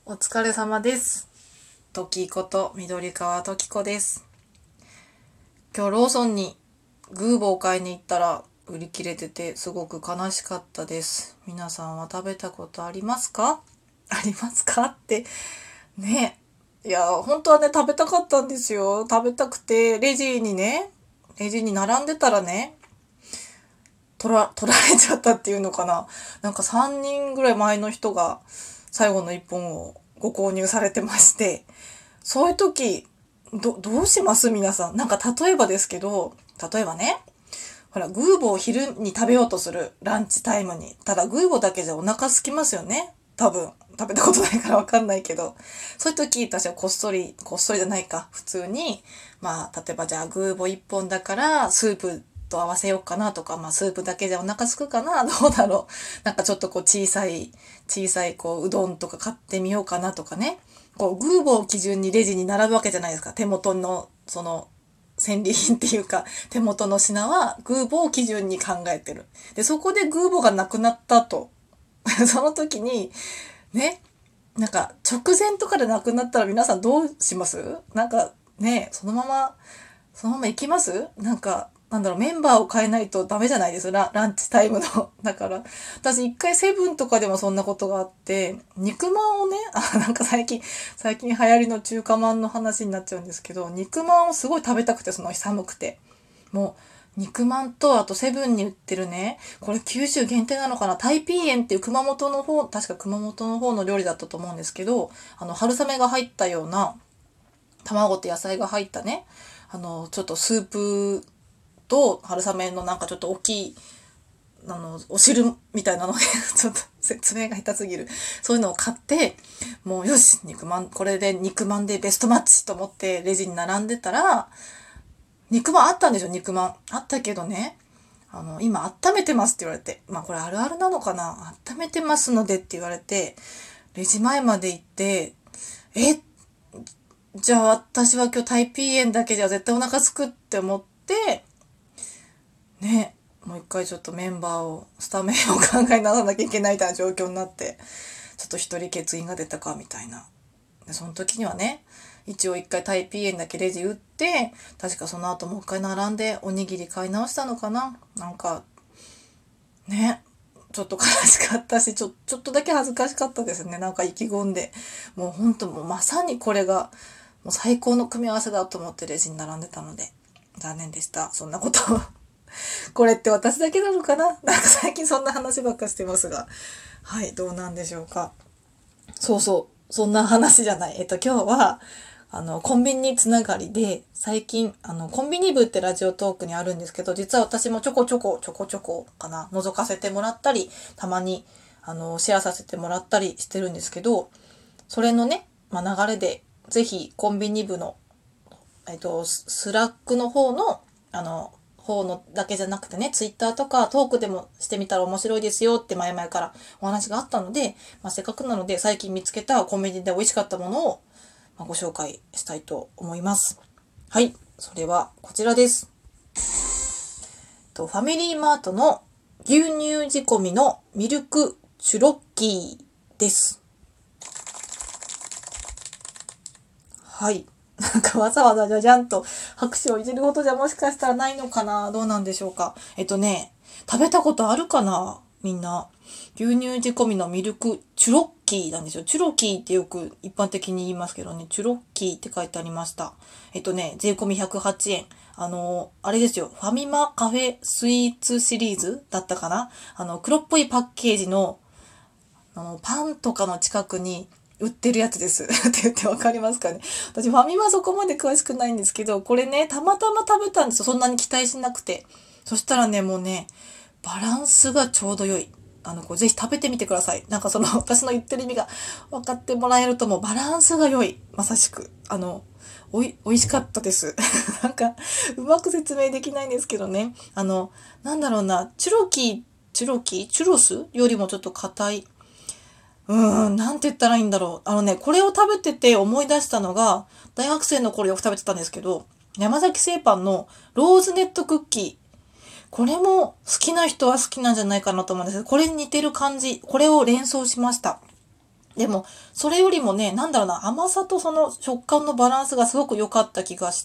お疲れ様です。時こと緑川時子です。今日ローソンにグーボー買いに行ったら売り切れててすごく悲しかったです。皆さんは食べたことありますか？ありますかってね。いや本当はね食べたかったんですよ。食べたくてレジに並んでたらね取られちゃったっていうのかな。なんか3人ぐらい前の人が最後の1本をご購入されてまして、そういう時、どうします皆さん。なんか例えばですけど、例えばね、ほら、グーボーを昼に食べようとするランチタイムに。ただグーボーだけじゃお腹空きますよね。多分。食べたことないからわかんないけど。そういう時、私はこっそりじゃないか。普通に、例えばじゃあグーボー1本だからスープと合わせようかなとか、スープだけじゃお腹すくかなどうだろう。なんかちょっとこう小さいうどんとか買ってみようかなとかね。グーボーを基準にレジに並ぶわけじゃないですか。手元の、戦利品っていうか、手元の品はグーボーを基準に考えてる。で、そこでグーボーがなくなったと。その時に、ね、なんか直前とかでなくなったら皆さんどうします？なんかね、そのまま行きます？メンバーを変えないとダメじゃないですか、ランチタイムの。だから、私一回セブンとかでもそんなことがあって、肉まんをね、最近流行りの中華まんの話になっちゃうんですけど、肉まんをすごい食べたくて、その日寒くて。もう、肉まんと、あとセブンに売ってるね、これ九州限定なのかな、タイピーエンっていう確か熊本の方の料理だったと思うんですけど、春雨が入ったような、卵と野菜が入ったね、ちょっとスープと春雨のなんかちょっと大きい、お汁みたいなのでちょっと説明が下手すぎる。そういうのを買って、もうよし、これで肉まんでベストマッチと思ってレジに並んでたら、肉まんあったんでしょ、肉まん。あったけどね、今温めてますって言われて、これあるあるなのかな、温めてますのでって言われて、レジ前まで行って、じゃあ私は今日タイピーエンだけじゃ絶対お腹すくって思って、ね、もう一回ちょっとスタメンを考え直さなきゃいけないみたいな状況になって、ちょっと一人欠員が出たかみたいな。で、その時にはね、一応一回タイピーエンだけレジ打って、確かその後もう一回並んでおにぎり買い直したのかな。なんか、ね、ちょっと悲しかったし、ちょっとだけ恥ずかしかったですね。なんか意気込んで。もう本当もうまさにこれが、もう最高の組み合わせだと思ってレジに並んでたので、残念でした。そんなことを。これって私だけなのかな。なんか最近そんな話ばっかしてますが。はい、どうなんでしょうか。そうそう。そんな話じゃない。今日は、コンビニつながりで、最近、コンビニ部ってラジオトークにあるんですけど、実は私もちょこちょこかな、覗かせてもらったり、たまに、シェアさせてもらったりしてるんですけど、それのね、流れで、ぜひ、コンビニ部の、スラックの方のだけじゃなくてね、ツイッターとかトークでもしてみたら面白いですよって前々からお話があったので、せっかくなので最近見つけたコンビニで美味しかったものを、ご紹介したいと思います。はい、それはこちらです。ファミリーマートの牛乳仕込みのミルクチュロッキーです。はい。なんかわざわざじゃんと拍手を入れるほどじゃもしかしたらないのかな、どうなんでしょうか。食べたことあるかなみんな。牛乳仕込みのミルクチュロッキーなんですよ。チュロキーってよく一般的に言いますけどね、チュロッキーって書いてありました。税込み108円。あれですよ。ファミマカフェスイーツシリーズだったかな。黒っぽいパッケージの、パンとかの近くに売ってるやつですって言ってわかりますかね。私ファミマそこまで詳しくないんですけど、これね、たまたま食べたんですよ。そんなに期待しなくて。そしたらね、もうね、バランスがちょうど良い。これぜひ食べてみてください。なんか私の言ってる意味が分かってもらえるともうバランスが良い。まさしく。美味しかったです。なんか、うまく説明できないんですけどね。なんだろうな、チュロスよりもちょっと硬い。なんて言ったらいいんだろう。これを食べてて思い出したのが、大学生の頃よく食べてたんですけど、山崎製パンのローズネットクッキー。これも好きな人は好きなんじゃないかなと思うんですけど、これに似てる感じ。これを連想しました。 でも、それよりもね、なんだろうな、甘さとその食感のバランスがすごく良かった気がして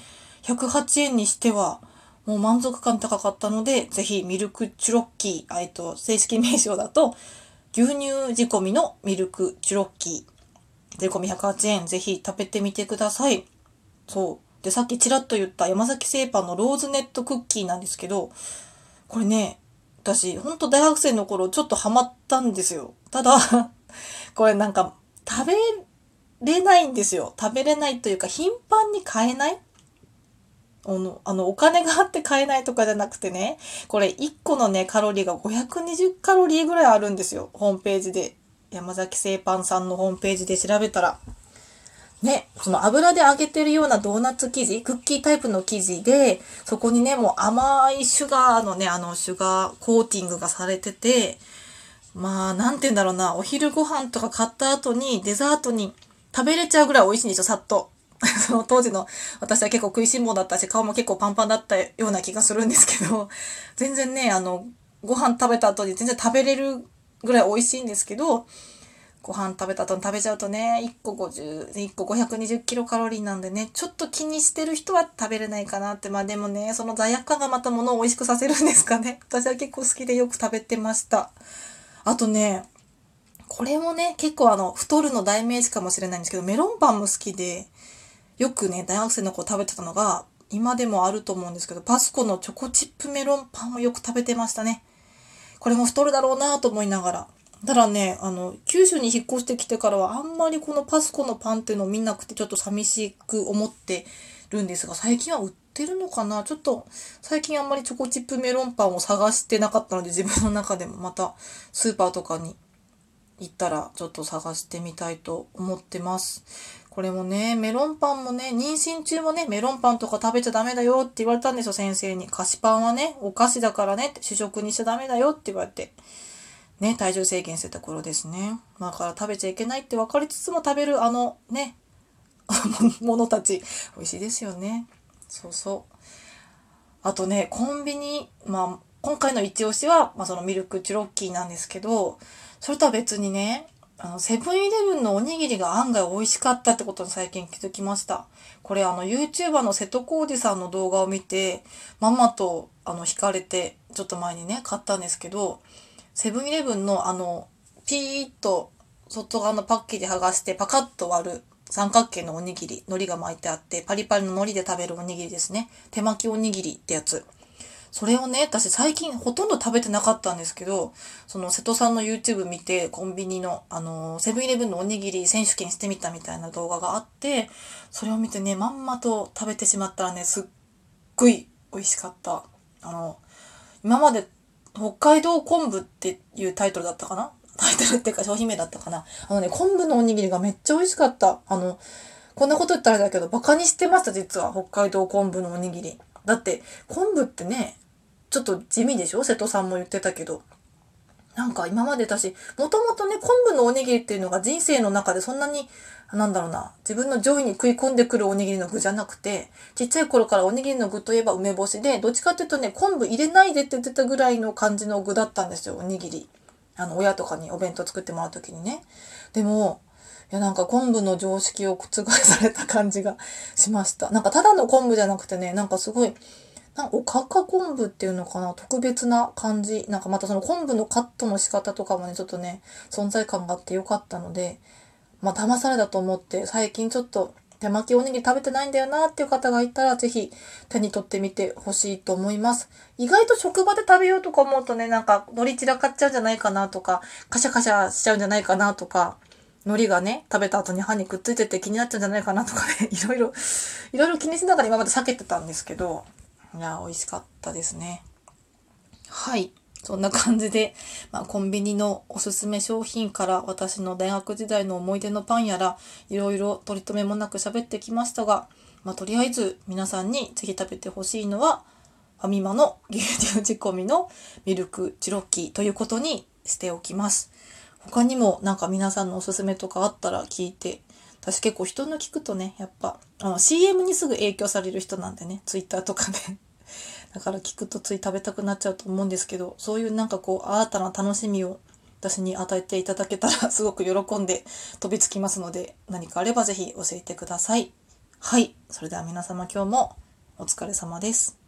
、108円にしては、もう満足感高かったので、ぜひミルクチュロッキー、正式名称だと、牛乳仕込みのミルクチュロッキー、税込み108円、ぜひ食べてみてください。そう。で、さっきちらっと言った山崎製パンのローズネットクッキーなんですけど、これね、私、ほんと大学生の頃ちょっとハマったんですよ。ただ、これなんか食べれないんですよ。食べれないというか頻繁に買えないお金があって買えないとかじゃなくてね、これ1個のね、カロリーが520カロリーぐらいあるんですよ。ホームページで。山崎製パンさんのホームページで調べたら。ね、その油で揚げてるようなドーナツ生地、クッキータイプの生地で、そこにね、もう甘いシュガーのね、シュガーコーティングがされてて、まあ、なんて言うんだろうな、お昼ご飯とか買った後に、デザートに食べれちゃうぐらい美味しいんですよ、さっと。その当時の私は結構食いしん坊だったし、顔も結構パンパンだったような気がするんですけど、全然ね、ご飯食べた後に全然食べれるぐらい美味しいんですけど、ご飯食べた後に食べちゃうとね、1個50、1個520キロカロリーなんでね、ちょっと気にしてる人は食べれないかなって。まあでもね、その罪悪感がまた物を美味しくさせるんですかね。私は結構好きでよく食べてました。あとね、これもね、結構太るの代名詞かもしれないんですけど、メロンパンも好きで、よくね、大学生の頃食べてたのが、今でもあると思うんですけど、パスコのチョコチップメロンパンをよく食べてましたね。これも太るだろうなと思いながら。ただね、九州に引っ越してきてからはあんまりこのパスコのパンっていうのを見なくてちょっと寂しく思ってるんですが、最近は売ってるのかな。ちょっと最近あんまりチョコチップメロンパンを探してなかったので、自分の中でもまたスーパーとかに行ったらちょっと探してみたいと思ってます。これもね、メロンパンもね、妊娠中もね、メロンパンとか食べちゃダメだよって言われたんですよ、先生に。菓子パンはね、お菓子だからね、主食にしちゃダメだよって言われて。ね、体重制限してた頃ですね。だから食べちゃいけないって分かりつつも食べるね、ものたち、美味しいですよね。そうそう。あとね、コンビニ、今回の一押しは、そのミルクチュロッキーなんですけど、それとは別にね、セブンイレブンのおにぎりが案外美味しかったってことに最近気づきました。これYouTuber の瀬戸康史さんの動画を見て、ママと惹かれて、ちょっと前にね、買ったんですけど、セブンイレブンのピーッと外側のパッケージ剥がしてパカッと割る三角形のおにぎり、海苔が巻いてあって、パリパリの海苔で食べるおにぎりですね。手巻きおにぎりってやつ。それをね、私最近ほとんど食べてなかったんですけど、その瀬戸さんの YouTube 見て、コンビニの、セブンイレブンのおにぎり選手権してみたみたいな動画があって、それを見てね、まんまと食べてしまったらね、すっごい美味しかった。今まで北海道昆布っていうタイトルだったかな、タイトルっていうか商品名だったかな。昆布のおにぎりがめっちゃ美味しかった。こんなこと言ったらあれだけど、バカにしてました、実は。北海道昆布のおにぎり。だって、昆布ってね、ちょっと地味でしょ、瀬戸さんも言ってたけど。なんか今まで私、もともとね、昆布のおにぎりっていうのが人生の中でそんなに、なんだろうな、自分の上位に食い込んでくるおにぎりの具じゃなくて、ちっちゃい頃からおにぎりの具といえば梅干しで、どっちかっていうとね、昆布入れないでって言ってたぐらいの感じの具だったんですよ、おにぎり。親とかにお弁当作ってもらうときにね。でも、いやなんか昆布の常識を覆された感じがしました。なんかただの昆布じゃなくてね、なんかすごい、おかか昆布っていうのかな、特別な感じ。なんかまたその昆布のカットの仕方とかもね、ちょっとね、存在感があってよかったので、騙されたと思って、最近ちょっと手巻きおにぎり食べてないんだよなっていう方がいたら、ぜひ手に取ってみてほしいと思います。意外と職場で食べようとか思うとね、なんか海苔散らかっちゃうんじゃないかなとか、カシャカシャしちゃうんじゃないかなとか、海苔がね、食べた後に歯にくっついてて気になっちゃうんじゃないかなとかね、いろいろ気にしながら今まで避けてたんですけど、いや、美味しかったですね。はい。そんな感じで、コンビニのおすすめ商品から私の大学時代の思い出のパンやら、いろいろ取り留めもなく喋ってきましたが、とりあえず皆さんにぜひ食べてほしいのは、ファミマの牛乳仕込みのミルクチュロッキーということにしておきます。他にもなんか皆さんのおすすめとかあったら聞いて、私結構人の聞くとね、やっぱCM にすぐ影響される人なんでね、ツイッターとかね。だから聞くとつい食べたくなっちゃうと思うんですけど、そういうなんかこう新たな楽しみを私に与えていただけたらすごく喜んで飛びつきますので、何かあればぜひ教えてください。はい。それでは皆様今日もお疲れ様です。